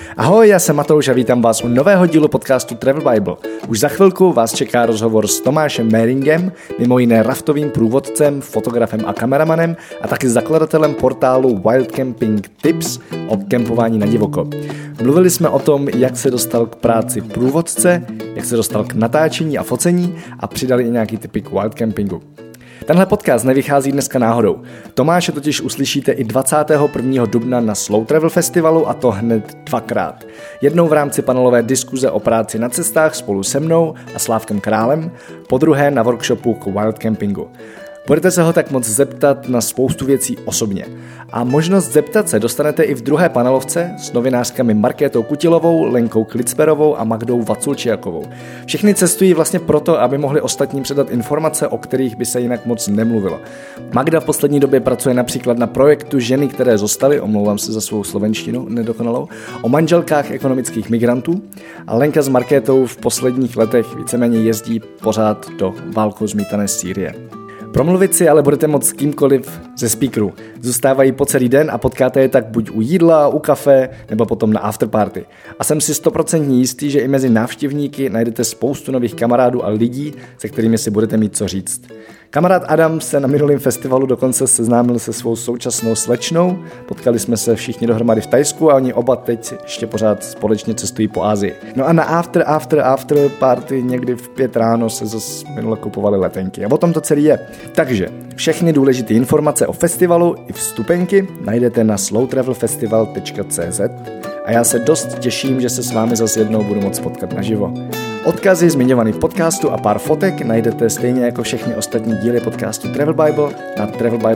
Ahoj, já jsem Matouš a vítám vás u nového dílu podcastu Travel Bible. Už za chvilku vás čeká rozhovor s Tomášem Méringem, mimo jiné raftovým průvodcem, fotografem a kameramanem a taky zakladatelem portálu Wild Camping Tips o kempování na divoko. Mluvili jsme o tom, jak se dostal k práci průvodce, jak se dostal k natáčení a focení a přidali i nějaký tipy k wild campingu. Tenhle podcast nevychází dneska náhodou. Tomáše totiž uslyšíte i 21. dubna na Slow Travel Festivalu, a to hned dvakrát. Jednou v rámci panelové diskuze o práci na cestách spolu se mnou a Slávkem Králem, podruhé na workshopu k wild campingu. Budete se ho tak moc zeptat na spoustu věcí osobně. A možnost zeptat se dostanete i v druhé panelovce s novinářkami Markétou Kutilovou, Lenkou Klicperovou a Magdou Vaculčiakovou. Všichni cestují vlastně proto, aby mohli ostatním předat informace, o kterých by se jinak moc nemluvilo. Magda v poslední době pracuje například na projektu Ženy, které zostaly, omlouvám se za svou slovenštinu nedokonalou, o manželkách ekonomických migrantů, a Lenka s Markétou v posledních letech víceméně jezdí pořád do válkou zmítané Sýrie. Promluvit si ale budete moct s kýmkoliv ze speakerů. Zůstávají po celý den a potkáte je tak buď u jídla, u kafe, nebo potom na afterparty. A jsem si 100% jistý, že i mezi návštěvníky najdete spoustu nových kamarádů a lidí, se kterými si budete mít co říct. Kamarád Adam se na minulém festivalu dokonce seznámil se svou současnou slečnou, potkali jsme se všichni dohromady v Thajsku a oni oba teď ještě pořád společně cestují po Asii. No a na after party někdy v 5 ráno se zase minule kupovali letenky a o tom to celý je. Takže všechny důležité informace o festivalu i vstupenky najdete na slowtravelfestival.cz a já se dost těším, že se s vámi zase jednou budu moct potkat naživo. Odkazy zmiňovaný v podcastu a pár fotek najdete stejně jako všechny ostatní díly podcastu Travel Bible na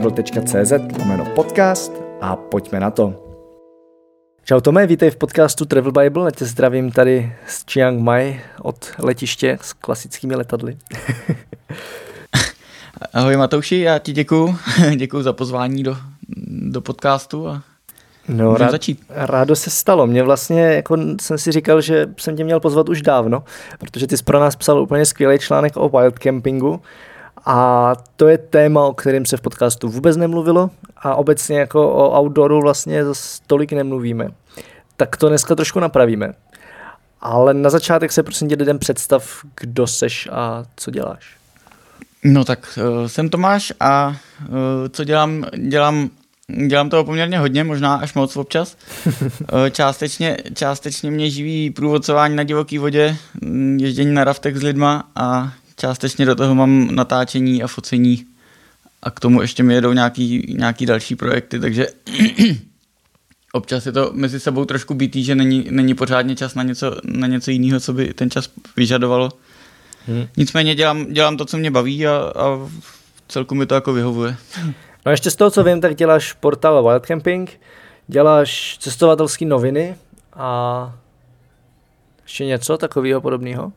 travelbible.cz/podcast a pojďme na to. Čau Tome, vítej v podcastu Travel Bible, já tě zdravím tady z Chiang Mai od letiště s klasickými letadly. Ahoj Matouši, já ti děkuju za pozvání do podcastu a no, rádo se stalo. Mě vlastně, jako jsem si říkal, že jsem tě měl pozvat už dávno, protože ty jsi pro nás psal úplně skvělý článek o wild campingu a to je téma, o kterém se v podcastu vůbec nemluvilo a obecně jako o outdooru vlastně zase tolik nemluvíme. Tak to dneska trošku napravíme. Ale na začátek se prosím tě lidem představ, kdo seš a co děláš. No tak jsem Tomáš a co dělám toho poměrně hodně, možná až moc občas. Částečně mě živí průvodcování na divoké vodě, ježdění na raftech s lidma a částečně do toho mám natáčení a focení a k tomu ještě mi jedou nějaký další projekty, takže občas je to mezi sebou trošku bitý, že není pořádně čas na něco jiného, co by ten čas vyžadovalo. Nicméně dělám to, co mě baví a celku mi to jako vyhovuje. No ještě z toho, co vím, tak děláš portál Wild Camping, děláš cestovatelské noviny a ještě něco takového podobného?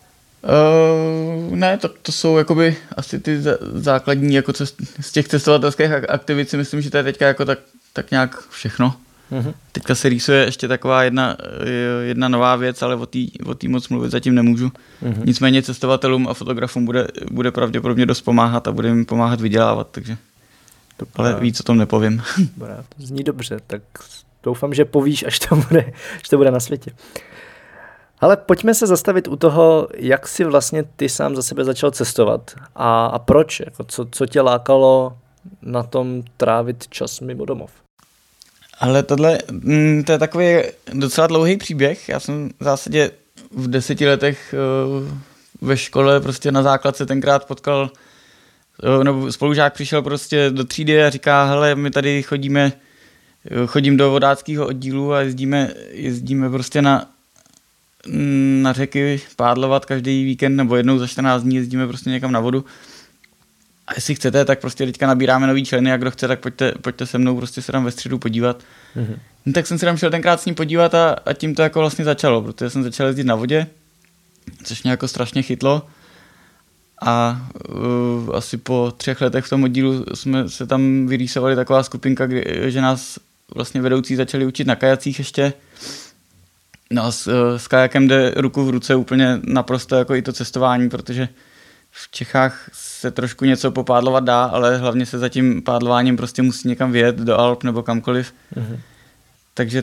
Ne, to jsou jakoby asi ty základní, jako z těch cestovatelských aktivit si myslím, že to je teďka jako tak nějak všechno. Mm-hmm. Teďka se rýsuje ještě taková jedna nová věc, ale o té moc mluvit zatím nemůžu. Mm-hmm. Nicméně cestovatelům a fotografům bude pravděpodobně dost pomáhat a bude jim pomáhat vydělávat, takže ale víc o tom nepovím. Dobrá, to zní dobře, tak doufám, že povíš, až to bude na světě. Ale pojďme se zastavit u toho, jak jsi vlastně ty sám za sebe začal cestovat a proč, jako co tě lákalo na tom trávit čas mimo domov. Ale to je takový docela dlouhý příběh. Já jsem v zásadě v 10 letech ve škole prostě na základce tenkrát potkal, nebo spolužák přišel prostě do třídy a říká, hele, my tady chodím do vodáckého oddílu a jezdíme prostě na řeky pádlovat každý víkend nebo jednou za 14 dní jezdíme prostě někam na vodu. A jestli chcete, tak prostě teďka nabíráme nový členy a kdo chce, tak pojďte se mnou prostě se tam ve středu podívat. Mm-hmm. No, tak jsem se tam šel tenkrát s ním podívat a tím to jako vlastně začalo, protože jsem začal jezdit na vodě, což mě jako strašně chytlo. A asi po 3 letech v tom oddílu jsme se tam vyrýsovali taková skupinka, že nás vlastně vedoucí začali učit na kajacích ještě. No a s kajakem jde ruku v ruce úplně naprosto jako i to cestování, protože v Čechách se trošku něco popádlovat dá, ale hlavně se za tím pádlováním prostě musí někam vyjet do Alp nebo kamkoliv. Mm-hmm. Takže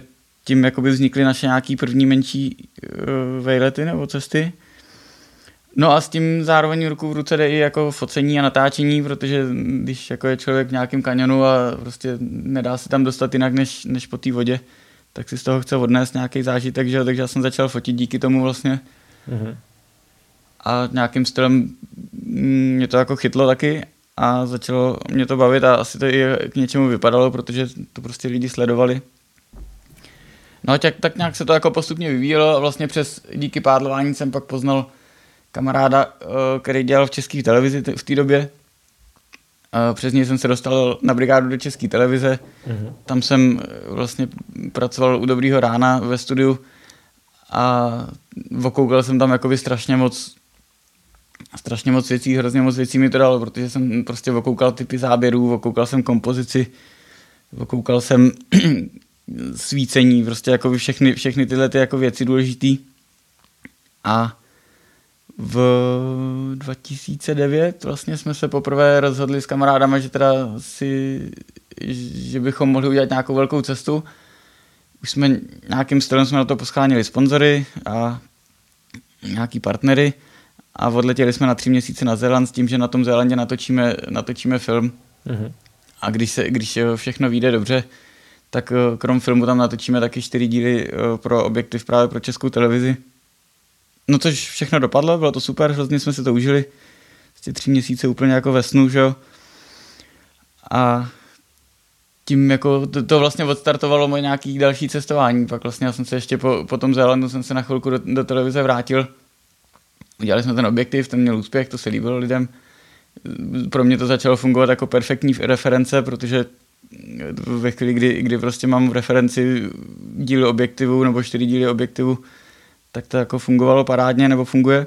tím jakoby vznikly naše nějaký první menší vejlety nebo cesty. No a s tím zároveň ruku v ruce jde i jako focení a natáčení, protože když jako je člověk v nějakém kanionu a prostě nedá se tam dostat jinak než po té vodě, tak si z toho chce odnést nějaký zážitek, že? Takže já jsem začal fotit díky tomu vlastně. Mm-hmm. A nějakým stylem mě to jako chytlo taky a začalo mě to bavit a asi to i k něčemu vypadalo, protože to prostě lidi sledovali. No tak nějak se to jako postupně vyvíjelo a vlastně díky pádlování jsem pak poznal kamaráda, který dělal v České televizi v té době. Přes něj jsem se dostal na brigádu do České televize. Mm-hmm. Tam jsem vlastně pracoval u Dobrýho rána ve studiu a okoukal jsem tam jakoby strašně moc věcí, hrozně moc věcí mi to dalo, protože jsem prostě okoukal typy záběrů, okoukal jsem kompozici, okoukal jsem svícení, prostě jako všechny tyhle ty jako věci důležitý. A v 2009 vlastně jsme se poprvé rozhodli s kamarádama, že bychom mohli udělat nějakou velkou cestu. Už jsme nějakým stylem jsme na to poschánili sponzory a nějaký partnery a odletěli jsme na 3 měsíce na Zéland s tím, že na tom Zélandě natočíme film. Mm-hmm. A když všechno vyjde dobře, tak krom filmu tam natočíme taky 4 díly pro objektiv právě pro Českou televizi. No což všechno dopadlo, bylo to super, hrozně jsme si to užili. 3 měsíce úplně jako ve snu, že jo. A tím jako to vlastně odstartovalo moje nějaký další cestování. Pak vlastně já jsem se ještě po tom Zélandu jsem se na chvilku do televize vrátil. Udělali jsme ten objektiv, ten měl úspěch, to se líbilo lidem. Pro mě to začalo fungovat jako perfektní reference, protože ve chvíli, kdy prostě mám v referenci díly objektivu nebo 4 díly objektivu, tak to jako fungovalo parádně, nebo funguje.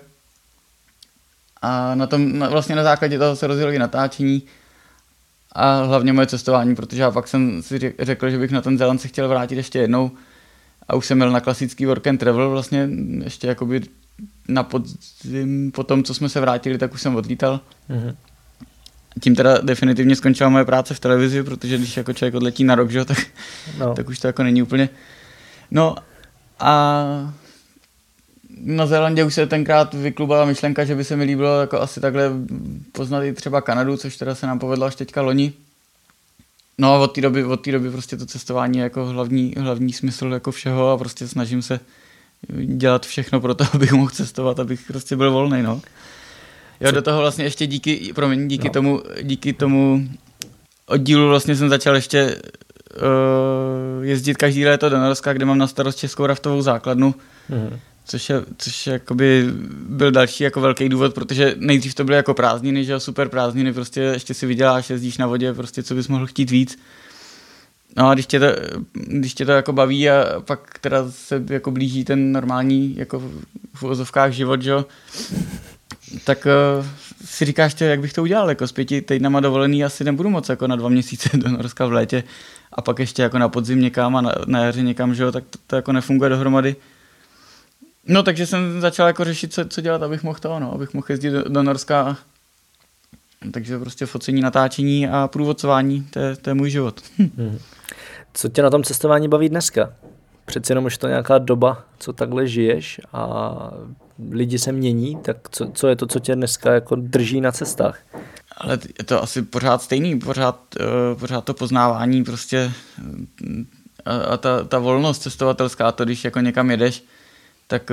A vlastně na základě toho se rozjelo i natáčení a hlavně moje cestování, protože já pak jsem si řekl, že bych na ten Zéland se chtěl vrátit ještě jednou a už jsem měl na klasický work and travel vlastně ještě jakoby na podzim, po tom, co jsme se vrátili, tak už jsem odlítal. Mm-hmm. Tím teda definitivně skončila moje práce v televizi, protože když jako člověk odletí na rok, že, tak už to jako není úplně. No a na Zélandě už se tenkrát vyklubala myšlenka, že by se mi líbilo jako asi takhle poznat i třeba Kanadu, což teda se nám povedlo až teďka loni. No a od té doby prostě to cestování je jako hlavní smysl jako všeho a prostě snažím se dělat všechno pro to, abych mohl cestovat, abych prostě byl volnej, no. Jo, do toho vlastně ještě díky tomu oddílu vlastně jsem začal ještě jezdit každý léto do Norska, kde mám na starost Českou raftovou základnu, což jakoby byl další jako velký důvod, protože nejdřív to byly jako prázdniny, že jo, super prázdniny, prostě ještě si vyděláš, jezdíš na vodě, prostě co bys mohl chtít víc. No a když tě to jako baví a pak teda se jako blíží ten normální jako v uvozovkách život, že jo, tak si říkáš, jak bych to udělal, jako s 5 týdnama dovolený asi nebudu moc jako na 2 měsíce do Norska v létě a pak ještě jako na podzim někam a na jaře někam, že jo, tak to jako nefunguje dohromady. No takže jsem začal jako řešit, co dělat, abych mohl jezdit do Norska. Takže prostě focení, natáčení a průvodcování, to je můj život. Co tě na tom cestování baví dneska? Přeci jenom už to nějaká doba, co takhle žiješ a lidi se mění, tak co je to, co tě dneska jako drží na cestách? Ale je to asi pořád stejný, pořád to poznávání prostě a ta volnost cestovatelská, to když jako někam jedeš, tak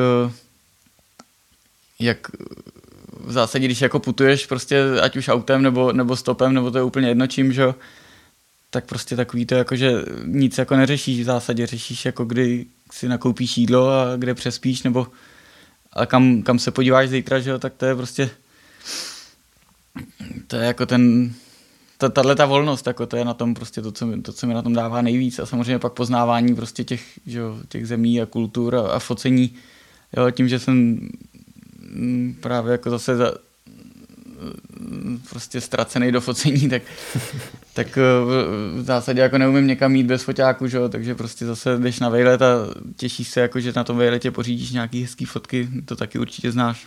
jak v zásadě, když jako putuješ prostě ať už autem nebo stopem, nebo to je úplně jedno čím, že? Tak prostě takový to jako, že nic jako neřešíš v zásadě, řešíš jako kdy si nakoupíš jídlo a kde přespíš, nebo a kam se podíváš zítra, že? Tak to je prostě to je jako tato volnost, jako to je na tom prostě to, co mi na tom dává nejvíc a samozřejmě pak poznávání prostě těch zemí a kultur a focení, jo, tím, že jsem právě jako zase prostě ztracený do focení, tak v zásadě jako neumím někam jít bez foťáku, že jo, takže prostě zase jdeš na vejlet a těšíš se, jako, že na tom vejletě pořídíš nějaký hezký fotky, to taky určitě znáš.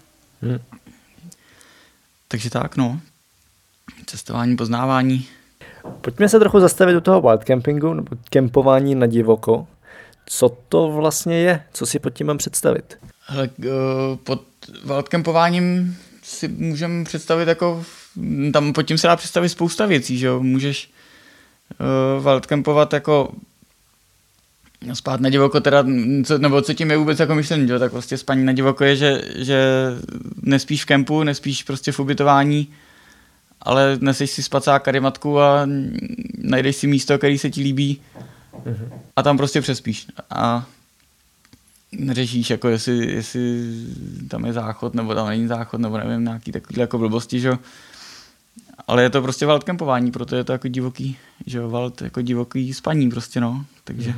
Takže tak, no. Cestování, poznávání. Pojďme se trochu zastavit u toho wildcampingu, nebo kempování na divoko. Co to vlastně je? Co si pod tím mám představit? Hele, pod wildcampováním si můžeme představit jako, tam pod tím se dá představit spousta věcí, že jo, můžeš wildcampovat jako spát na divoko teda, nebo co tím je vůbec jako myšlení, jo, tak prostě spaní na divoko je, že nespíš v kempu, nespíš prostě v ubytování, ale neseš si spacák karimatku a najdeš si místo, který se ti líbí a tam prostě přespíš a neřešíš, jako jestli tam je záchod, nebo tam není záchod, nebo nevím, nějaký takový jako blbosti, že jo. Ale je to prostě wildcampování, proto je to jako divoký, že jo, wild jako divoký spaní prostě, no, takže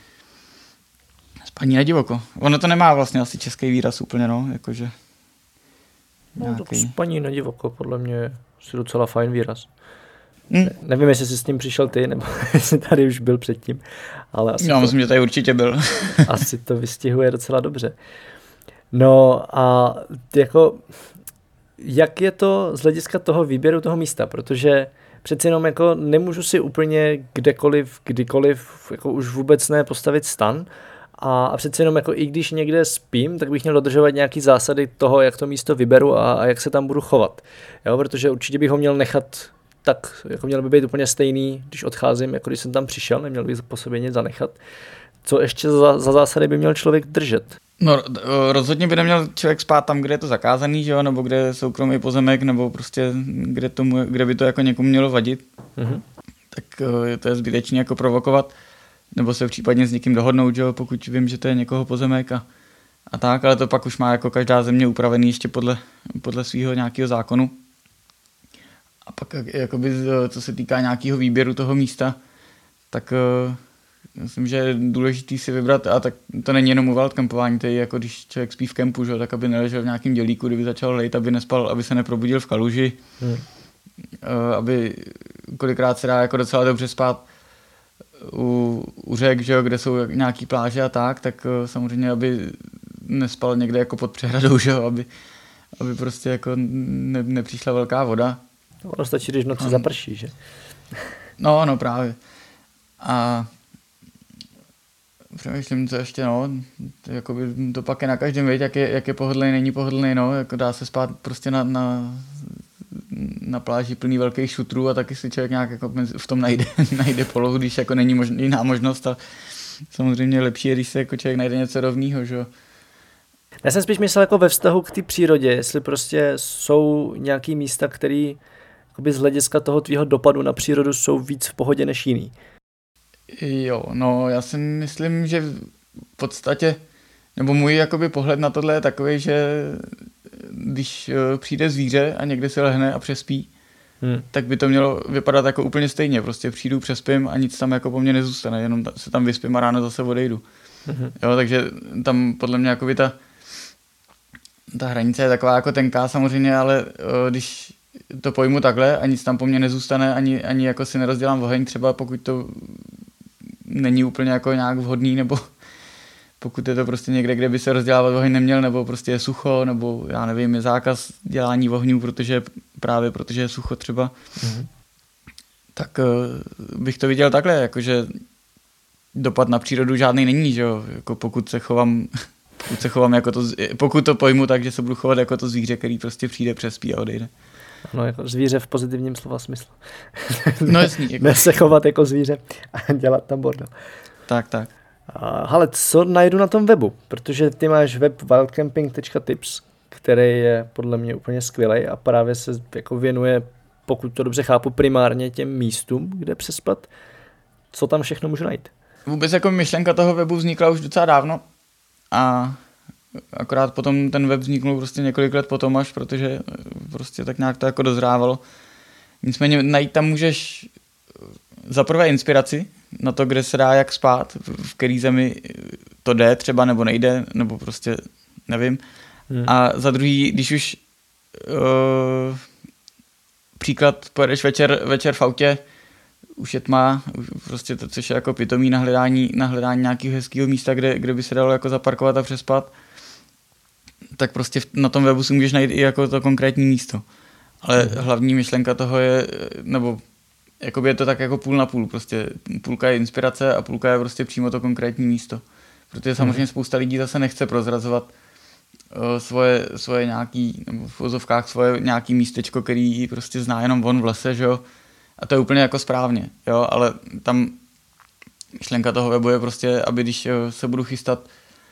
spaní na divoko. Ono to nemá vlastně asi český výraz úplně, no, jakože no, tak spaní na divoko, podle mě je si docela fajn výraz. Nevím, jestli jsi s tím přišel ty, nebo jestli tady už byl předtím, ale asi myslím, že tady určitě byl. Asi to vystihuje docela dobře. No a jako, jak je to z hlediska toho výběru toho místa, protože přeci jenom jako nemůžu si úplně kdekoliv, kdykoliv, jako už vůbec ne postavit stan a přeci jenom jako i když někde spím, tak bych měl dodržovat nějaký zásady toho, jak to místo vyberu a jak se tam budu chovat. Jo, protože určitě bych ho měl nechat tak, jako měl by být úplně stejný, když odcházím, jako když jsem tam přišel, neměl bych po sobě nic zanechat. Co ještě za zásady by měl člověk držet? No rozhodně by neměl člověk spát tam, kde je to zakázaný, že jo, nebo kde je soukromý pozemek, nebo prostě kde by to jako někomu mělo vadit. Tak to je zbytečný jako provokovat, nebo se případně s někým dohodnout, že jo, pokud vím, že to je někoho pozemek a tak, ale to pak už má jako každá země upravený ještě podle svého nějakého zákonu. A pak jakoby, co se týká nějakého výběru toho místa, tak myslím, že je důležitý si vybrat, a tak to není jenom u wildcampování, to je jako když člověk spí v kempu, že, tak aby neležel v nějakém dělíku, kdyby začal lejt, aby nespal, aby se neprobudil v kaluži, aby kolikrát se dá jako docela dobře spát u řek, že, kde jsou nějaký pláže a tak samozřejmě, aby nespal někde jako pod přehradou, že, aby prostě jako nepřišla velká voda. Ono stačí, když noci zaprší, že? No právě. A přemýšlím, co ještě, no, jakoby to pak je na každém, věď, jak je pohodlný, není pohodlný, no, jako dá se spát prostě na pláži plný velkých šutrů a taky si člověk nějak jako v tom najde polohu, když jako není jiná možnost a samozřejmě lepší je, když se jako člověk najde něco rovnýho, že jo. Já jsem spíš myslel jako ve vztahu k té přírodě, jestli prostě jsou nějaký místa, které z hlediska toho tvýho dopadu na přírodu jsou víc v pohodě než jiný. Jo, no já si myslím, že v podstatě, nebo můj jakoby pohled na tohle je takový, že když přijde zvíře a někde si lehne a přespí, tak by to mělo vypadat jako úplně stejně. Prostě přijdu, přespím a nic tam jako po mně nezůstane, jenom se tam vyspím a ráno zase odejdu. Jo, takže tam podle mě jakoby ta hranice je taková jako tenká samozřejmě, ale když to pojmu takhle a nic tam po mně nezůstane, ani jako si nerozdělám oheň, třeba pokud to není úplně jako nějak vhodný, nebo pokud je to prostě někde, kde by se rozdělávat oheň neměl, nebo prostě je sucho, nebo já nevím, je zákaz dělání ohňů, protože je sucho třeba, tak bych to viděl takhle, jakože dopad na přírodu žádný není, že jo, jako pokud se chovám jako to, pokud to pojmu tak, že se budu chovat jako to zvíře, který prostě přijde, přespí a odejde. No, jako zvíře v pozitivním slova smyslu. No jasný. Jako. Ne se chovat jako zvíře a dělat tam bordel. Tak. Ale co najdu na tom webu? Protože ty máš web wildcamping.tips, který je podle mě úplně skvělej a právě se jako věnuje, pokud to dobře chápu, primárně těm místům, kde přespat. Co tam všechno můžu najít? Vůbec jako myšlenka toho webu vznikla už docela dávno a akorát potom ten web vzniknul prostě několik let potom až, protože prostě tak nějak to jako dozrávalo. Nicméně najít tam můžeš za prvé inspiraci na to, kde se dá jak spát, v který zemi to jde třeba nebo nejde, nebo prostě nevím. A za druhý, když už příklad, pojedeš večer v autě, už je tma, prostě to, což je jako pitomí na hledání nějakého hezkého místa, kde by se dalo jako zaparkovat a přespat, tak prostě na tom webu si můžeš najít i jako to konkrétní místo. Ale hlavní myšlenka toho je, nebo jakoby je to tak jako půl na půl, prostě půlka je inspirace a půlka je prostě přímo to konkrétní místo. Protože samozřejmě spousta lidí zase nechce prozrazovat svoje nějaký, nebo v uvozovkách svoje nějaký místečko, který prostě zná jenom on v lese, že jo. A to je úplně jako správně, jo, ale tam myšlenka toho webu je prostě, aby když se budu chystat,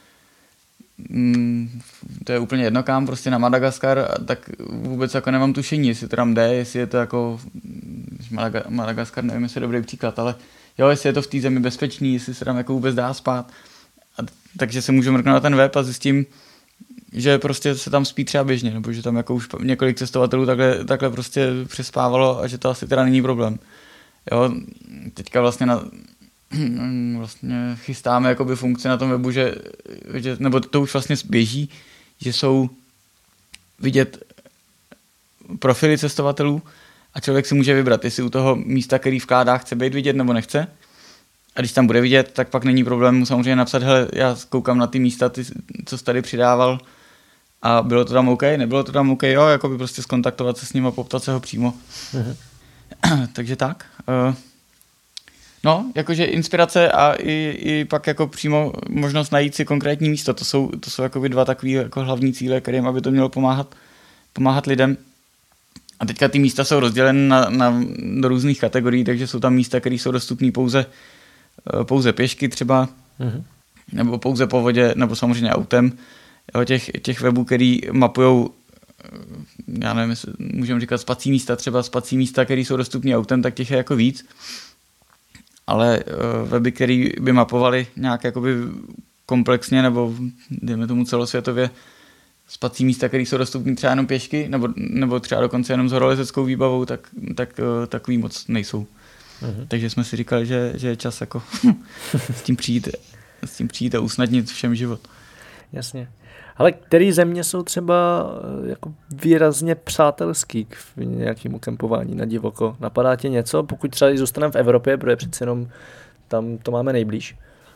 to je úplně jedno kam, prostě na Madagaskar, tak vůbec jako nemám tušení, jestli to tam jde, jestli je to jako, Madagaskar, nevím, jestli je dobrý příklad, ale jo, jestli je to v té zemi bezpečný, jestli se tam jako vůbec dá spát. Takže se můžu mrknout na ten web a zjistím, že prostě se tam spí třeba běžně, nebo že tam jako už několik cestovatelů takhle prostě přespávalo a že to asi teda není problém. Jo, teďka vlastně vlastně chystáme jakoby funkci na tom webu, že nebo to už vlastně běží, že jsou vidět profily cestovatelů a člověk si může vybrat, jestli u toho místa, který vkládá, chce být vidět nebo nechce. A když tam bude vidět, tak pak není problém mu samozřejmě napsat, hele, já koukám na ty místa, co jsi tady přidával a bylo to tam OK, nebylo to tam OK, jo, jako by prostě skontaktovat se s ním a poptat se ho přímo. Takže tak. No, jakože inspirace a i pak jako přímo možnost najít si konkrétní místo, to jsou jakoby dva takový jako hlavní cíle, kterým aby to mělo pomáhat lidem. A teďka ty místa jsou rozděleny do různých kategorií, takže jsou tam místa, které jsou dostupné pouze pěšky třeba, nebo pouze po vodě, nebo samozřejmě autem. Jo, těch webů, který mapujou, já nevím, jestli můžeme říkat spací místa, které jsou dostupné autem, tak těch je jako víc. Ale weby, které by mapovaly nějak jakoby komplexně, nebo dejme tomu celosvětově, spací místa, které jsou dostupné třeba jenom pěšky, nebo třeba dokonce jenom s horolezeckou výbavou, tak takový moc nejsou. Takže jsme si říkali, že je čas jako s tím přijít a usnadnit všem život. Jasně. Ale které země jsou třeba jako výrazně přátelský k nějakému kempování na divoko? Napadá tě něco? Pokud třeba zůstaneme v Evropě, protože přece jenom tam to máme nejblíž.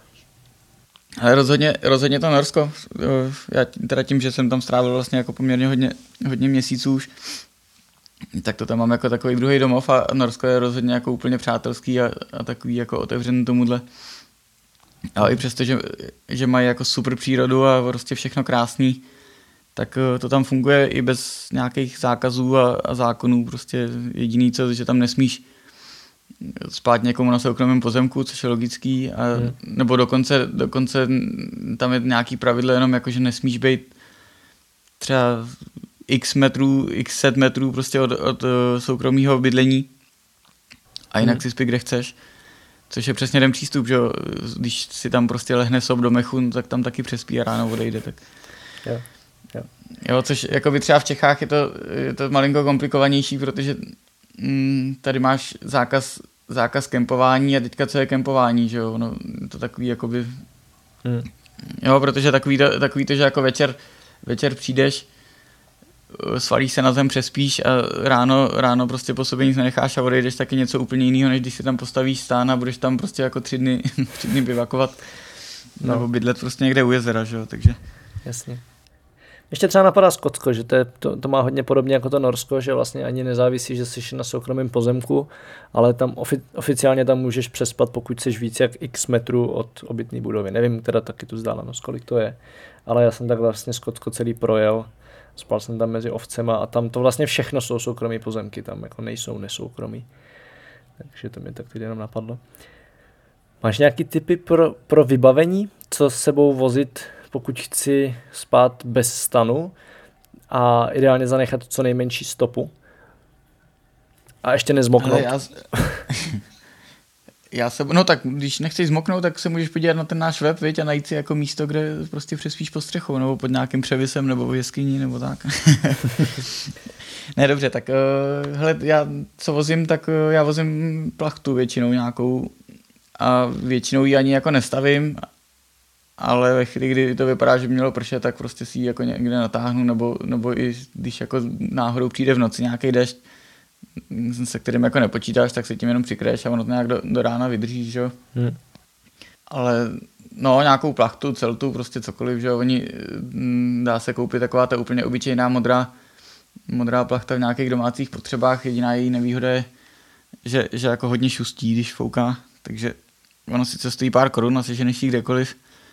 Ale rozhodně to Norsko. Já teda tím, že jsem tam strávil vlastně jako poměrně hodně měsíců už, tak to tam mám jako takový druhý domov a Norsko je rozhodně jako úplně přátelský a takový jako otevřený tomuhle. Ale i přesto, že mají jako super přírodu a prostě všechno krásný, tak to tam funguje i bez nějakých zákazů a zákonů. Prostě jediný co, že tam nesmíš spát někomu na soukromém pozemku, což je logický, nebo dokonce tam je nějaký pravidlo jenom jako, že nesmíš být třeba x set metrů prostě od soukromého bydlení a jinak si spí, kde chceš. Což je přesně ten přístup, že když si tam prostě lehne sob do mechu, no, tak tam taky přespí a ráno odejde. Tak. Jo, což jako by třeba v Čechách je to malinko komplikovanější, protože tady máš zákaz kempování a teďka co je kempování, že jo, no to takový jakoby, jo, protože takový to, že jako večer přijdeš, svalíš se na zem, přespíš a ráno prostě po sobě nic nenecháš a odejdeš, taky něco úplně jiného, než když si tam postavíš stán a budeš tam prostě jako 3 dny bivakovat nebo bydlet prostě někde u jezera, že jo, takže. Jasně. Ještě třeba napadá Skotsko, že to má hodně podobně jako to Norsko, že vlastně ani nezávisí, že jsi na soukromém pozemku, ale tam oficiálně tam můžeš přespat, pokud jsi víc jak x metrů od obytné budovy. Nevím teda taky tu vzdálenost, kolik to je, ale já jsem tak vlastně Skotsko celý projel. Spal jsem tam mezi ovcema a tam to vlastně všechno jsou soukromí pozemky, tam jako nejsou nesoukromí. Takže to mě tak teď jenom napadlo. Máš nějaký tipy pro vybavení, co s sebou vozit, pokud chci spát bez stanu a ideálně zanechat co nejmenší stopu a ještě nezmoknout? No tak, když nechceš zmoknout, tak se můžeš podívat na ten náš web, viď, a najít si jako místo, kde prostě přespíš pod střechou, nebo pod nějakým převisem, nebo v jeskyni, nebo tak. Ne, dobře, tak hele, já co vozím, tak já vozím plachtu většinou nějakou a většinou ji ani jako nestavím, ale ve chvíli, kdy to vypadá, že by mělo pršet, tak prostě si ji jako někde natáhnu, nebo i když jako náhodou přijde v noci nějaký dešť, se kterým jako nepočítáš, tak se tím jenom přikryješ a ono to nějak do rána vydrží, že jo. Ale no, nějakou plachtu, celtu, prostě cokoliv, že jo. Dá se koupit taková ta úplně obyčejná modrá plachta v nějakých domácích potřebách. Jediná její nevýhoda je, že jako hodně šustí, když fouká, takže ono sice stojí pár korun, asi že než kdekoliv,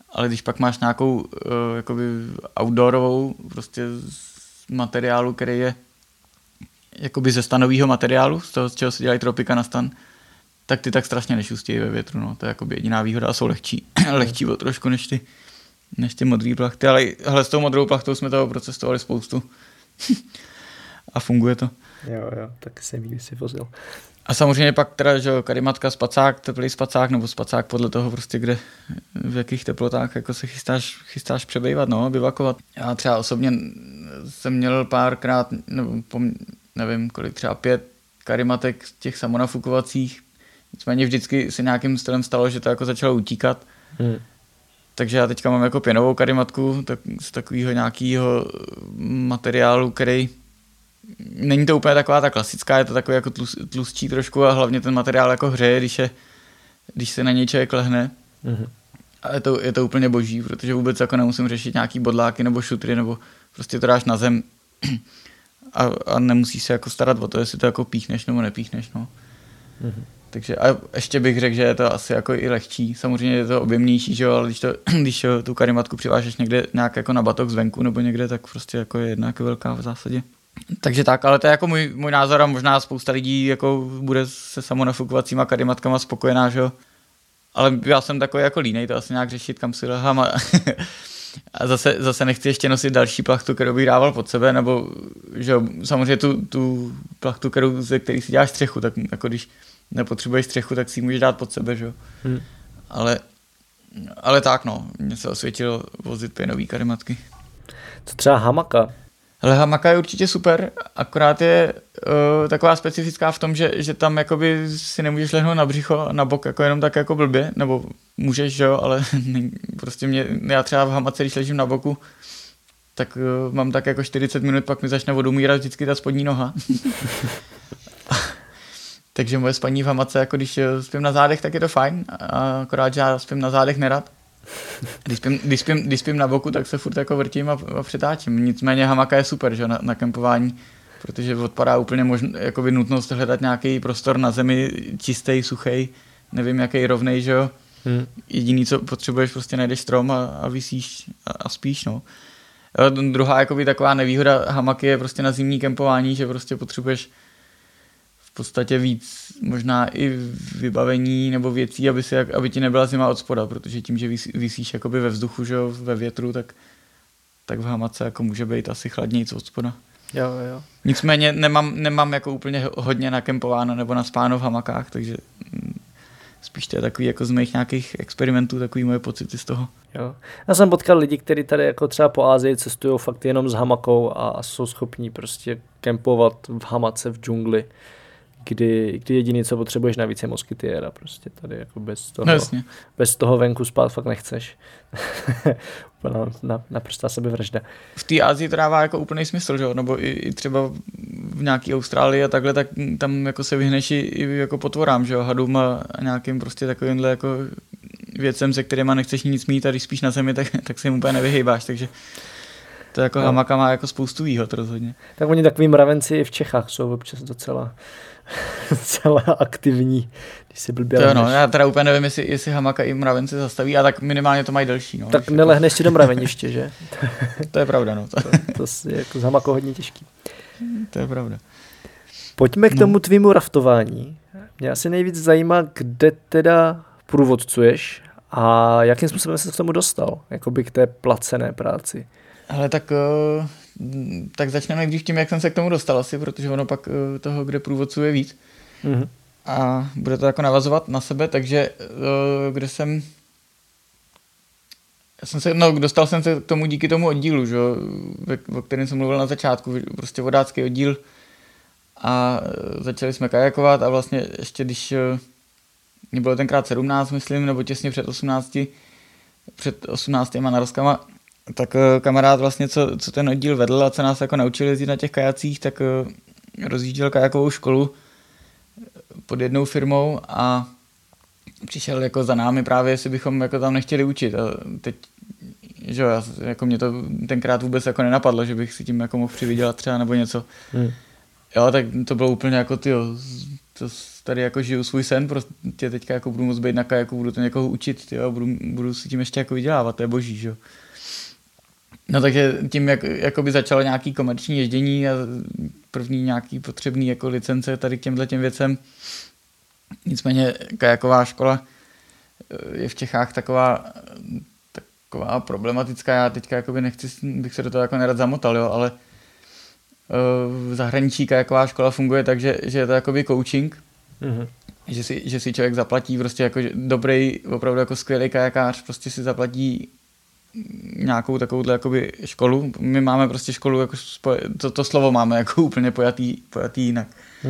ale když pak máš nějakou jakoby outdoorovou prostě z materiálu, který je jakoby ze stanového materiálu, z toho, z čeho se dělají tropika na stan, tak ty tak strašně nešustějí ve větru, no. To je jakoby jediná výhoda a jsou lehčí o trošku než ty modrý plachty, ale hele, s tou modrou plachtou jsme toho procestovali spoustu a funguje to. Jo, tak jsem ji si vozil. A samozřejmě pak teda, že karimatka, spacák, teplý spacák, nebo spacák podle toho prostě, kde, v jakých teplotách jako se chystáš přebývat, no, bivakovat. Já třeba osobně jsem měl párkrát, nevím kolik, třeba 5 karimatek těch samonafukovacích. Nicméně vždycky si nějakým stylem stalo, že to jako začalo utíkat. Takže já teďka mám jako pěnovou karimatku, tak z takového nějakého materiálu, který není to úplně taková ta klasická, je to takový jako tlustší trošku a hlavně ten materiál jako hřeje, když se na něj člověk lehne. A je to úplně boží, protože vůbec jako nemusím řešit nějaký bodláky nebo šutry, nebo prostě to dáš na zem a nemusíš se jako starat o to, jestli to jako píchneš nebo nepíchneš, no. Takže a ještě bych řekl, že je to asi jako i lehčí. Samozřejmě je to objemnější, že jo, ale když tu karimatku přivážeš někde nějak jako na batok zvenku nebo někde, tak prostě jako je jedna jako velká v zásadě. Takže tak, ale to je jako můj názor a možná spousta lidí jako bude se samonafukovacíma karimatkama spokojená, že jo. Ale já jsem takový jako línej to asi nějak řešit, kam si lehám a zase nechci ještě nosit další plachtu, kterou bych dával pod sebe, nebo že jo, samozřejmě tu plachtu, ze který si děláš střechu, tak jako když nepotřebuješ střechu, tak si ji můžeš dát pod sebe, že jo. Ale tak no, mně se osvědčilo vozit pěnový karimatky. Co třeba hamaka? Ale hamaka je určitě super, akorát je taková specifická v tom, že tam jakoby si nemůžeš lehnout na břicho, na bok jako jenom tak jako blbě, nebo můžeš, že jo, ale prostě já třeba v hamace, když ležím na boku, tak mám tak jako 40 minut, pak mi začne odumírat vždycky ta spodní noha. Takže moje spaní v hamace, jako když spím na zádech, tak je to fajn, akorát, že já spím na zádech nerad. Když spím na boku, tak se furt jako vrtím a přetáčím. Nicméně hamaka je super, že na kempování, protože odpadá úplně jakoby nutnost hledat nějaký prostor na zemi, čistý, suchý, nevím jaký rovnej, že jo. Jediný, co potřebuješ, prostě najdeš strom a visíš a spíš, no. Druhá jakoby taková nevýhoda hamaky je prostě na zimní kempování, že prostě potřebuješ v podstatě víc možná i vybavení nebo věcí, aby ti nebyla zima od spoda, protože tím, že visíš jakoby ve vzduchu, že jo, ve větru, tak v hamace jako může být asi chladnějc od spoda. Jo. Nicméně nemám jako úplně hodně nakempováno nebo naspáno v hamakách, takže spíš to je takový jako z mých nějakých experimentů, takový moje pocity z toho. Jo. Já jsem potkal lidi, kteří tady jako třeba po Asii cestují fakt jenom s hamakou a jsou schopní prostě kempovat v hamace v džungli, kdy jediný, co potřebuješ navíc je moskytiéra, prostě tady jako bez toho venku spát fakt nechceš. Naprostá sebevražda. V té Asii to dává jako úplný smysl, že jo? Nebo i třeba v nějaký Austrálii a takhle, tak tam jako se vyhneš i jako potvorám, že jo, hadům a nějakým prostě takovýmhle jako věcem, se kterýma nechceš nic mít a když spíš na zemi, tak se jim úplně nevyhejbáš, takže to jako hamaka má jako spoustu výhod rozhodně. Tak oni takový mravenci i v Čechách jsou občas docela aktivní, když si blbě lehneš. No, já teda úplně nevím, jestli hamaka i mravenci zastaví, a tak minimálně to mají delší. No, tak nelehneš si do mraveniště, že? To je pravda, no. To je jako s hamakou hodně těžký. To je pravda. Pojďme k tomu tvýmu raftování. Mě asi nejvíc zajímá, kde teda průvodcuješ a jakým způsobem jsi k tomu dostal, jakoby k té placené práci. Ale tak začneme nejdřív tím, jak jsem se k tomu dostal asi, protože ono pak toho, kde průvodcuje víc. Mm-hmm. A bude to jako navazovat na sebe, takže dostal jsem se k tomu díky tomu oddílu, že, o kterém jsem mluvil na začátku, prostě vodácký oddíl, a začali jsme kajakovat a vlastně ještě když mě bylo tenkrát 17, myslím, nebo těsně před 18 narazkama, tak kamarád vlastně, co ten oddíl vedl a co nás jako naučil jezdit na těch kajacích, tak rozjížděl kajakovou školu pod jednou firmou a přišel jako za námi právě, jestli bychom jako tam nechtěli učit. A teď, že jo, jako mě to tenkrát vůbec jako nenapadlo, že bych si tím jako mohl přivydělat třeba nebo něco. Jo, tak to bylo úplně jako tady jako žiju svůj sen, prostě teďka jako budu moc být na kajaku, budu to někoho učit, tyjo, budu si tím ještě jako vydělávat, to je boží, že jo. No takže tím jakoby začalo nějaký komerční ježdění a první nějaký potřebný jako licence tady k těm věcem. Nicméně kajaková škola je v Čechách taková problematická, já teďka jakoby bych se do toho jako nerad zamotal, jo, ale v zahraničí kajaková škola funguje tak, že je to jakoby coaching, že si člověk zaplatí prostě jako dobrý, opravdu jako skvělý kajakář, prostě si zaplatí nějakou takovouhle jakoby školu. My máme prostě školu, jako to slovo máme jako úplně pojatý jinak.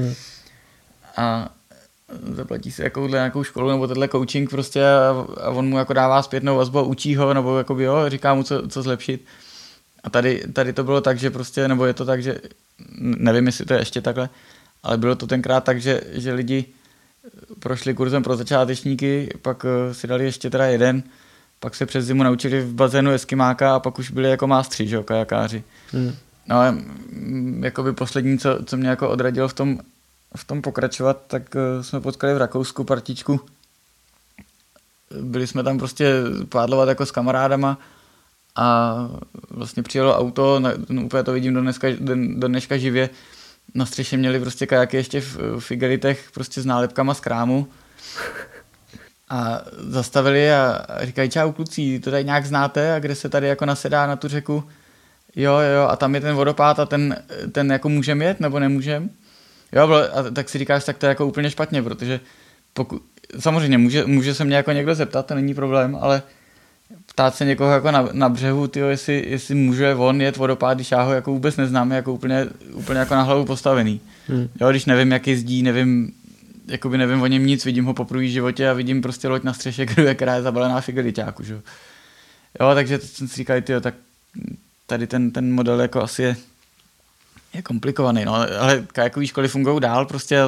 A zaplatí si nějakou školu nebo tenhle coaching prostě a on mu jako dává zpětnou vazbu a učí ho, nebo jakoby jo, říká mu, co zlepšit. A tady to bylo tak, že prostě, nebo je to tak, že nevím, jestli to je ještě takhle, ale bylo to tenkrát tak, že lidi prošli kurzem pro začátečníky, pak si dali ještě teda jeden, pak se přes zimu naučili v bazénu eskimáka a pak už byli jako mástři, že jo, kajakáři. No a jakoby poslední, co mě jako odradilo v tom pokračovat, tak jsme potkali v Rakousku partičku. Byli jsme tam prostě pádlovat jako s kamarádama a vlastně přijelo auto, úplně to vidím do dneška živě, na střeše měli prostě kajaky ještě v igelitech prostě s nálepkama z krámu a zastavili a říkají čau kluci, to tady nějak znáte a kde se tady jako nasedá na tu řeku, jo a tam je ten vodopád a ten jako můžem jet nebo nemůžem. Jo, a tak si říkáš, tak to je jako úplně špatně, protože samozřejmě může se mě jako někdo zeptat, to není problém, ale ptát se někoho jako na břehu, tyjo, jestli může on jet vodopád, když já ho jako vůbec neznám, jako úplně jako na hlavu postavený. Jo, když nevím, jak jezdí, nevím o něm nic, vidím ho poprvé v životě a vidím prostě loď na střeše, která je zabalená v igeliťáku, že jo. Jo, takže jsem si říkal, tyjo, tak tady ten model jako asi je komplikovaný, no, ale kajakové školy fungují dál, prostě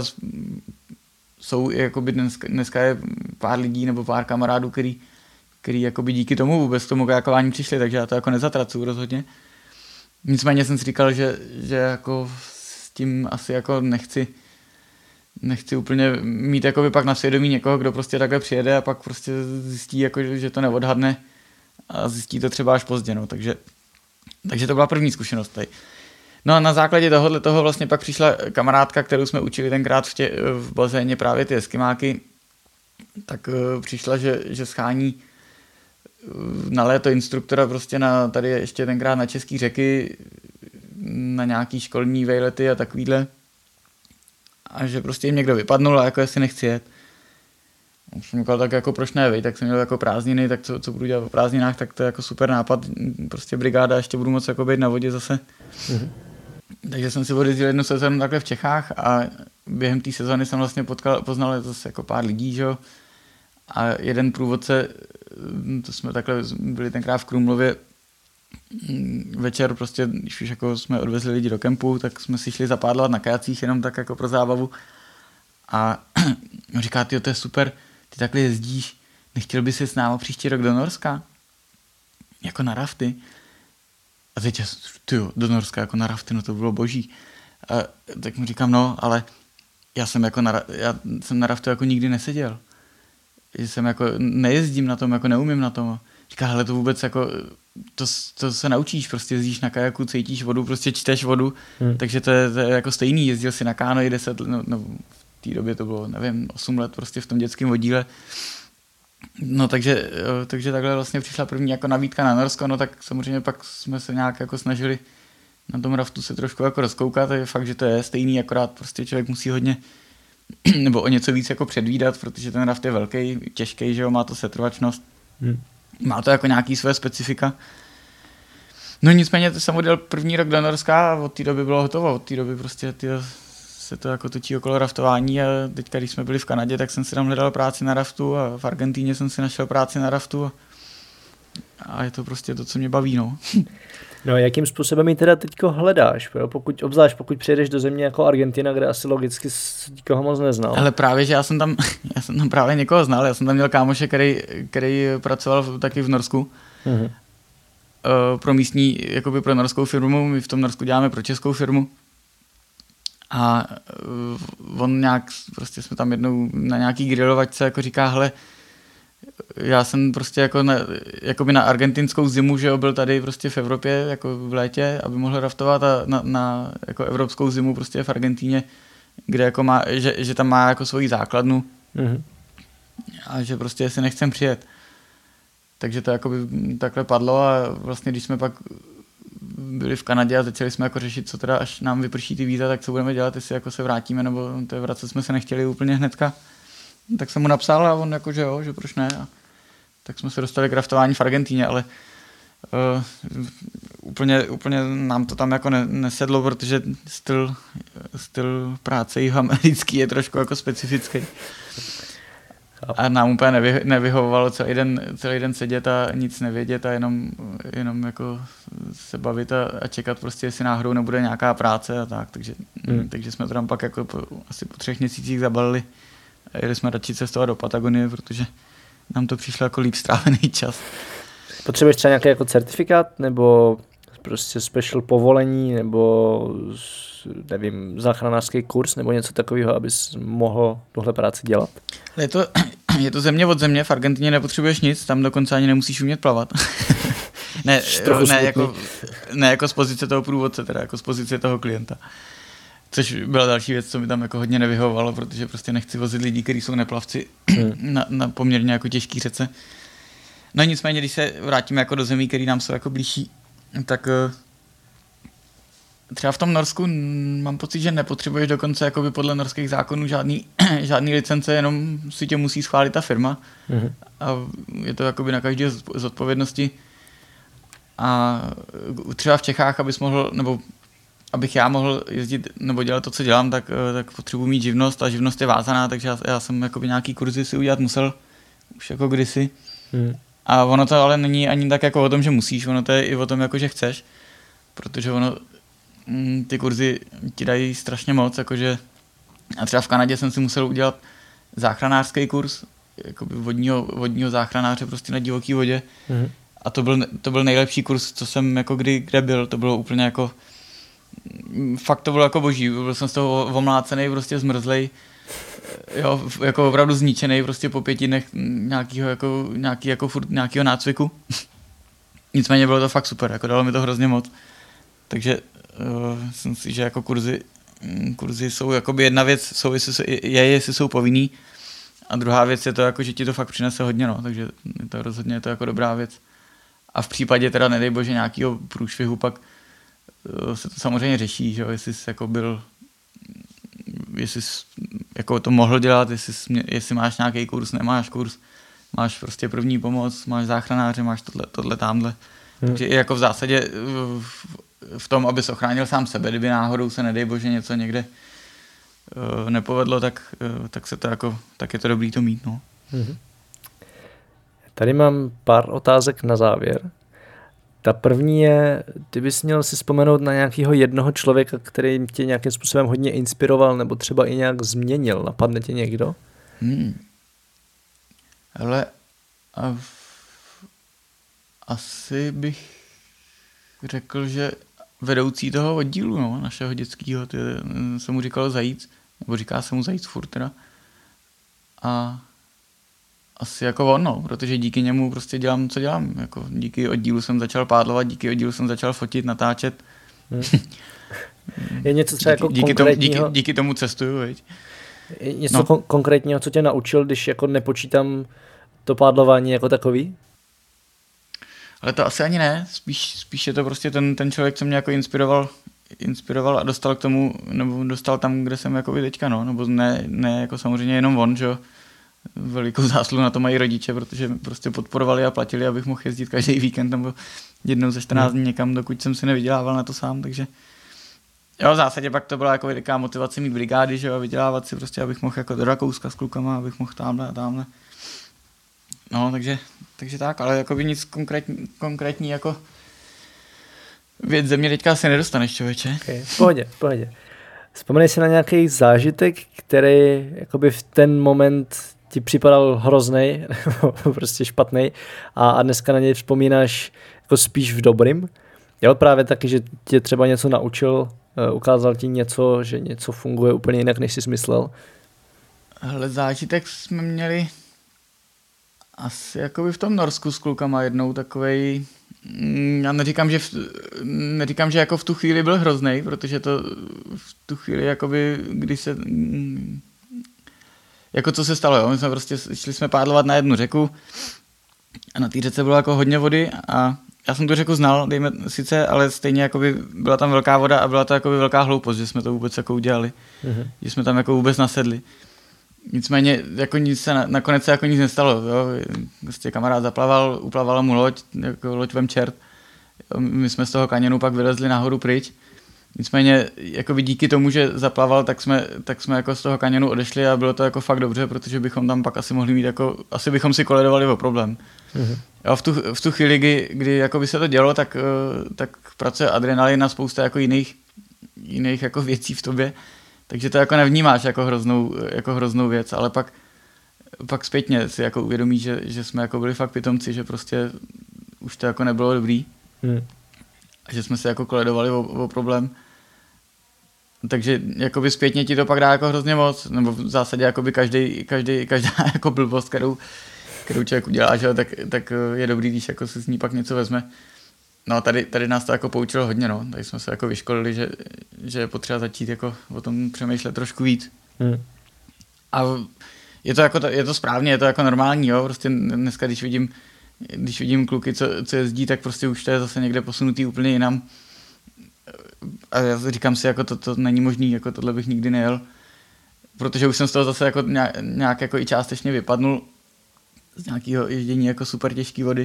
jsou jakoby dneska je pár lidí nebo pár kamarádů, který jakoby díky tomu vůbec k tomu kajakování přišli, takže já to jako nezatracuju rozhodně. Nicméně jsem si říkal, že jako s tím asi jako nechci úplně mít jakoby pak na svědomí někoho, kdo prostě takhle přijede a pak prostě zjistí, jako, že to neodhadne a zjistí to třeba až pozdě, no, takže to byla první zkušenost tady. No a na základě toho vlastně pak přišla kamarádka, kterou jsme učili tenkrát v bazéně právě ty eskimáky, tak přišla, že schání na léto instruktora prostě tady ještě tenkrát na český řeky, na nějaký školní vejlety a takovýhle. A že prostě jim někdo vypadnul a jako jestli nechci jet. A jsem říkal, tak jako proč ne, tak jsem měl jako prázdniny, tak co budu dělat v prázdninách, tak to je jako super nápad, prostě brigáda, ještě budu moc jako být na vodě zase. Takže jsem si odjezdil jednu sezónu takhle v Čechách a během té sezóny jsem vlastně poznal zase jako pár lidí, že jo. A jeden průvodce, to jsme takhle byli tenkrát v Krumlově, večer prostě, když už jako jsme odvezli lidi do kempu, tak jsme si šli zapádlovat na kajacích jenom tak jako pro zábavu. A on říká, tyjo, to je super, ty takhle jezdíš, nechtěl by si s námi příští rok do Norska? Jako na rafty. A teď tyjo, do Norska jako na rafty, no to bylo boží. A tak mu říkám, no, ale já jsem na raftu jako nikdy neseděl. Že jsem jako nejezdím na tom, jako neumím na tom. Říká, hele, to vůbec jako, to se naučíš, prostě jezdíš na kajaku, cítíš vodu, prostě čteš vodu, takže to je jako stejný, jezdil si na kánoji 10 let, no v té době to bylo, nevím, 8 let prostě v tom dětském vodíle. No takže takhle vlastně přišla první jako nabídka na Norsko, no tak samozřejmě pak jsme se nějak jako snažili na tom raftu se trošku jako rozkoukat, je fakt, že to je stejný, akorát prostě člověk musí hodně nebo o něco víc jako předvídat, protože ten raft je velký, těžký, že jo, má to setrvačnost. Má to jako nějaký své specifika. No nicméně to jsem odjel první rok do Norska a od té doby bylo hotovo. Od té doby prostě se to jako točí okolo raftování a teďka, když jsme byli v Kanadě, tak jsem si tam hledal práci na raftu a v Argentíně jsem si našel práci na raftu a je to prostě to, co mě baví, no. No a jakým způsobem ji teda teďko hledáš? Obzvlášť pokud přijedeš do země jako Argentina, kde asi logicky nikoho moc neznal. Ale právě, že já jsem tam právě někoho znal, já jsem tam měl kámoše, který pracoval taky v Norsku. Pro místní, jakoby pro norskou firmu, my v tom Norsku děláme pro českou firmu. A on nějak, prostě jsme tam jednou na nějaký grilovačce jako říká, hele, já jsem prostě jakoby na argentinskou zimu, že jo, byl tady prostě v Evropě jako v létě, aby mohl raftovat a na jako evropskou zimu prostě v Argentíně, kde jako má, že tam má jako svoji základnu a že prostě si nechcem přijet. Takže to jakoby takhle padlo a vlastně když jsme pak byli v Kanadě a začali jsme jako řešit, co teda až nám vyprší ty víza, tak co budeme dělat, jestli jako se vrátíme, nebo to vracet jsme se nechtěli úplně hnedka. Tak jsem mu napsal a on jako, že jo, že proč ne. A tak jsme se dostali k raftování v Argentíně, ale úplně nám to tam jako nesedlo, protože styl práce jihoamerický je trošku jako specifický. A nám úplně nevyhovovalo celý den sedět a nic nevědět a jenom jako se bavit a čekat prostě, jestli náhodou nebude nějaká práce a tak. Takže jsme to tam pak jako asi po 3 měsících zabalili a jeli jsme radši cestovat do Patagonie, protože nám to přišlo jako líp strávený čas. Potřebuješ třeba nějaký jako certifikát nebo prostě special povolení nebo nevím, záchranářský kurz nebo něco takového, abys mohl tuhle práci dělat? Je to země od země, v Argentině nepotřebuješ nic, tam dokonce ani nemusíš umět plavat. ne jako z pozice toho průvodce, teda jako z pozice toho klienta. Což byla další věc, co mi tam jako hodně nevyhovovalo, protože prostě nechci vozit lidi, kteří jsou neplavci na poměrně jako těžký řece. No nicméně, když se vrátíme jako do zemí, které nám jsou jako blížší, tak třeba v tom Norsku mám pocit, že nepotřebuješ dokonce jakoby podle norských zákonů žádný licence, jenom si tě musí schválit ta firma. A je to jakoby na každé zodpovědnosti. A třeba v Čechách, abych já mohl jezdit nebo dělat to, co dělám, tak potřebuji mít živnost a živnost je vázaná, takže já jsem jakoby nějaký kurzy si udělat musel už jako kdysi. A ono to ale není ani tak jako o tom, že musíš, ono to je i o tom, jako že chceš, protože ono ty kurzy ti dají strašně moc, jakože a třeba v Kanadě jsem si musel udělat záchranářský kurz, jakoby vodního záchranáře prostě na divoký vodě. A to byl nejlepší kurz, co jsem jako kde byl, to bylo úplně jako fakt to bylo jako boží, byl jsem z toho omlácený, prostě zmrzlej, jo, jako opravdu zničený prostě po 5 dnech nějakého nácviku. Nicméně bylo to fakt super, jako dalo mi to hrozně moc. Takže myslím si, že jako kurzy jsou jakoby jedna věc, jestli jsou povinný, a druhá věc je to jako, že ti to fakt přinese hodně, no, takže to rozhodně je to jako dobrá věc. A v případě teda, nedej bože, nějakého průšvihu, pak se to samozřejmě řeší, že jo, jestli jsi jako to mohl dělat, jestli máš nějaký kurz, nemáš kurz, máš prostě první pomoc, máš záchranáře, máš tohle, tamhle. Takže i jako v zásadě v tom, abys ochránil sám sebe, kdyby náhodou se, nedej bože, něco někde nepovedlo, tak je to dobrý to mít, no. Tady mám pár otázek na závěr. Ta první je, ty bys měl si vzpomenout na nějakého jednoho člověka, který tě nějakým způsobem hodně inspiroval nebo třeba i nějak změnil. Napadne tě někdo? Ale asi bych řekl, že vedoucí toho oddílu, no, našeho dětského, se mu říkalo Zajíc, nebo říká se mu Zajíc furt teda. A asi jako on, no, protože díky němu prostě dělám, co dělám. Jako díky oddílu jsem začal pádlovat, díky oddílu jsem začal fotit, natáčet. Je něco třeba konkrétního? Díky tomu cestuju, viď? Je něco konkrétního, co tě naučil, když jako nepočítám to pádlování jako takový? Ale to asi ani ne, spíš je to prostě ten člověk, co mě jako inspiroval a dostal k tomu, nebo dostal tam, kde jsem jako teďka, no, nebo ne jako samozřejmě jenom on, že jo. Velikou zásluhu na to mají rodiče, protože prostě podporovali a platili, abych mohl jezdit každý víkend nebo jednou za 14 dní někam, dokud jsem si nevydělával na to sám, takže jo, v zásadě pak to byla jako veliká motivace mít brigády, že jo, a vydělávat si prostě, abych mohl jako do Rakouska s klukama, abych mohl tamhle a tamhle. No, takže tak, ale jako by nic konkrétní jako věc ze mě teďka asi nedostaneš, člověče. Okay, v pohodě. Vzpomenej si na nějaký zážitek, který jakoby v ten moment ti připadal hroznej, prostě špatnej a dneska na něj vzpomínáš jako spíš v dobrým. Jo, právě taky, že tě třeba něco naučil ukázal ti něco, že něco funguje úplně jinak, než jsi myslel? Hele, zážitek jsme měli asi jakoby v tom Norsku s klukama jednou takovej, já neříkám, že jako v tu chvíli byl hroznej, protože to v tu chvíli jakoby, když se, jako co se stalo, jo? My jsme prostě šli jsme pádlovat na jednu řeku a na té řece bylo jako hodně vody a já jsem tu řeku znal, dejme sice, ale stejně jakoby byla tam velká voda a byla to jakoby velká hloupost, že jsme to vůbec jako udělali, že jsme tam jako vůbec nasedli. Nicméně jako nic se nakonec se jako nic nestalo, jo? Prostě kamarád zaplaval, uplavala mu loď, jako loď vem čert. My jsme z toho kaněnu pak vylezli nahoru pryč. Nicméně jakoby díky tomu, že zaplaval, tak jsme jako z toho kaněnu odešli a bylo to jako fakt dobře, protože bychom tam pak asi mohli mít jako, asi bychom si koledovali o problém. Jo, v tu chvíli, kdy jako by se to dělo, tak pracuje adrenalin a spousta jako jiných jako věcí v tobě. Takže to jako nevnímáš jako hroznou věc, ale pak zpětně si jako uvědomíš, že jsme jako byli fakt pitomci, že prostě už to jako nebylo dobrý. A že jsme se jako koledovali o problém. Takže jakoby zpětně ti to pak dá jako hrozně moc, nebo v zásadě jakoby každá jako blbost, kterou člověk udělá, že, tak je dobrý, když jako se z ní pak něco vezme. No tady nás to jako poučilo hodně, no. Tady jsme se jako vyškolili, že je potřeba začít jako o tom přemýšlet trošku víc. A je to správně, je to jako normální, jo. Prostě dneska, když vidím kluky, co jezdí, tak prostě už to je zase někde posunutý úplně jinam. A já říkám si, jako to není možný, jako tohle bych nikdy nejel. Protože už jsem z toho zase jako nějak jako i částečně vypadnul z nějakého ježdění jako super těžké vody.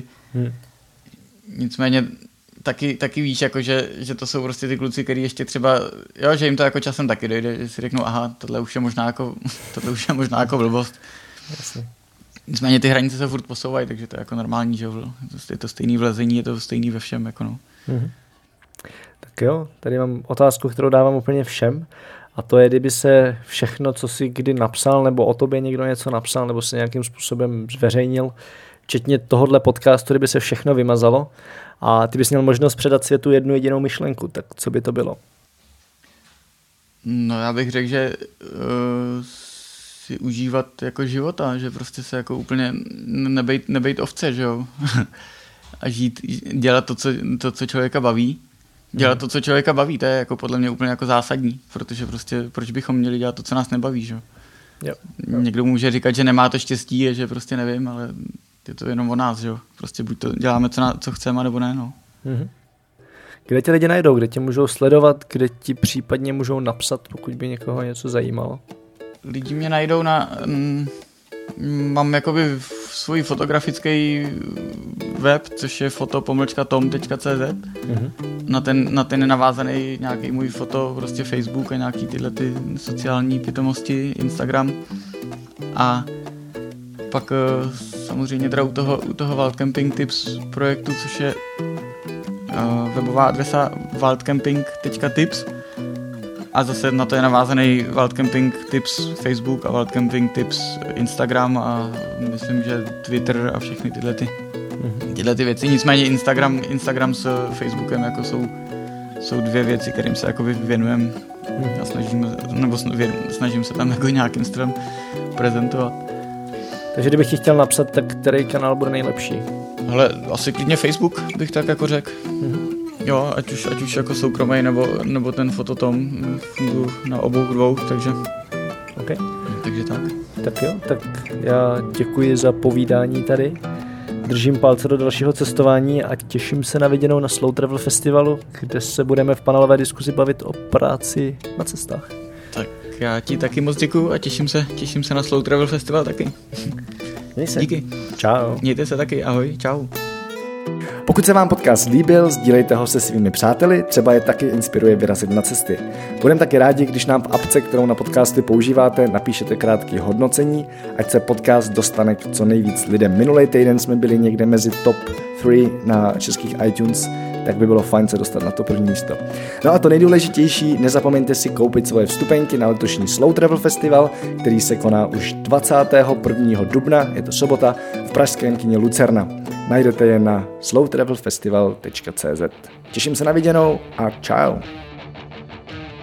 Nicméně taky víš, jako, že to jsou prostě ty kluci, který ještě třeba, jo, že jim to jako časem taky dojde, že si řeknou, aha, tohle už je možná jako blbost. Jasně. Nicméně ty hranice se furt posouvají, takže to je jako normální, že je to stejný v lezení, je to stejný ve všem, jako no. Tak jo, tady mám otázku, kterou dávám úplně všem, a to je, kdyby se všechno, co jsi kdy napsal, nebo o tobě někdo něco napsal, nebo se nějakým způsobem zveřejnil, včetně tohohle podcastu, kdyby se všechno vymazalo a ty bys měl možnost předat světu jednu jedinou myšlenku, tak co by to bylo? No já bych řekl, že si užívat jako života, že prostě se jako úplně nebejt ovce, že jo? A dělat to, co člověka baví. Dělat to, co člověka baví, to je jako podle mě úplně jako zásadní, protože prostě proč bychom měli dělat to, co nás nebaví, že jo? Někdo může říkat, že nemá to štěstí, že prostě nevím, ale je to jenom o nás, že jo? Prostě buď to děláme, co chceme, nebo ne, no. Kde tě lidi najdou, kde tě můžou sledovat, kde ti případně můžou napsat, pokud by někoho něco zajímalo? Lidi mě najdou mám jakoby svůj fotografický web, což je foto-tom.cz. Na ten je navázaný nějaký můj foto, prostě Facebook a nějaký tyhle ty sociální pitomosti, Instagram. A pak samozřejmě teda u toho Wildcamping Tips projektu, což je webová adresa wildcamping.tips. A zase na to je navázaný Wildcamping Tips Facebook a Wildcamping Tips Instagram a myslím, že Twitter a všechny tyhle ty věci. Nicméně Instagram s Facebookem jako jsou dvě věci, kterým se jako věnujeme a snažím se tam jako nějakým stylem prezentovat. Takže kdybych ti chtěl napsat, tak který kanál bude nejlepší? Hele, asi klidně Facebook bych tak jako řekl. Jo, ať už jako soukromý nebo ten fototom, funguji na obou dvou, takže okay. Takže tak. Tak jo, tak já děkuji za povídání tady. Držím palce do dalšího cestování a těším se na viděnou na Slow Travel Festivalu, kde se budeme v panelové diskuzi bavit o práci na cestách. Tak já ti taky moc děkuju a těším se na Slow Travel Festival taky. Měj se. Díky. Čau. Mějte se taky, ahoj, čau. Pokud se vám podcast líbil, sdílejte ho se svými přáteli, třeba je taky inspiruje vyrazit na cesty. Budeme taky rádi, když nám v apce, kterou na podcasty používáte, napíšete krátké hodnocení, ať se podcast dostane k co nejvíc lidem. Minulý týden jsme byli někde mezi top 3 na českých iTunes, tak by bylo fajn se dostat na to první místo. No a to nejdůležitější, nezapomeňte si koupit svoje vstupenky na letošní Slow Travel Festival, který se koná už 21. dubna, je to sobota, v pražském kině Lucerna. Najdete je na slowtravelfestival.cz. Těším se na viděnou a čau.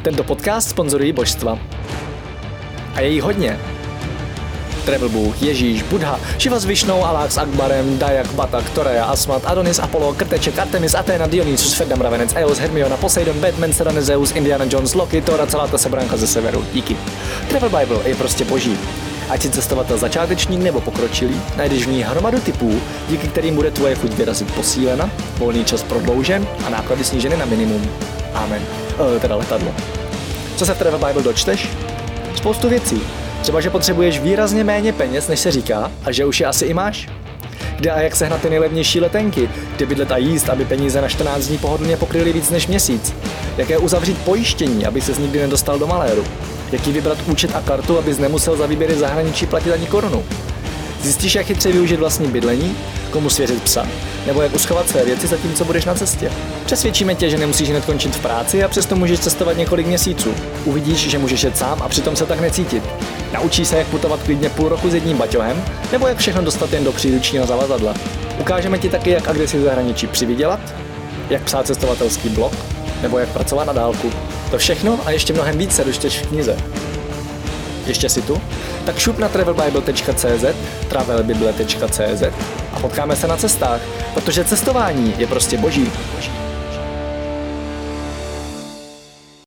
Tento podcast sponzorují božstva. A je jí hodně. Travel Bůh, Ježíš, Buddha, Šiva s Višnou, Alák s Akbarem, Dajak, Batak, Toreja, Asmat, Adonis, Apollo, Krteček, Artemis, Athena, Dionysus, Ferdam, Ravenec, Eos, Hermiona, Poseidon, Batman, Serena, Zeus, Indiana Jones, Loki, Thor a celá ta sebranka ze severu. Díky. Travel Bible je prostě boží. Ať si cestovatel začátečník nebo pokročilý, najdeš v ní hromadu typů, díky kterým bude tvoje chuť vyrazit posílena, volný čas prodloužen a náklady sníženy na minimum. Amen. Teda letadlo. Co se v Travel Bible dočteš? Spoustu věcí. Třeba, že potřebuješ výrazně méně peněz, než se říká, a že už je asi i máš. Kde a jak sehnat ty nejlevnější letenky, kde bydlet a jíst, aby peníze na 14 dní pohodlně pokryly víc než měsíc. Jaké uzavřít pojištění, aby ses nikdy nedostal do maléru. Jaký vybrat účet a kartu, abys nemusel za výběry v zahraničí platit ani korunu. Zjistíš, jak chytře využít vlastní bydlení, komu svěřit psa, nebo jak uschovat své věci zatímco budeš na cestě. Přesvědčíme tě, že nemusíš hned končit v práci a přesto můžeš cestovat několik měsíců. Uvidíš, že můžeš jet sám a přitom se tak necítit. Naučíš se, jak putovat klidně půl roku s jedním baťohem, nebo jak všechno dostat jen do příručního zavazadla. Ukážeme ti taky, jak a kde si v zahraničí přivydělat, jak psát cestovatelský blog, nebo jak pracovat na dálku. To všechno a ještě mnohem víc se dočteš v knize. Ještě si tu? Tak šup na travelbible.cz, travelbible.cz a potkáme se na cestách, protože cestování je prostě boží.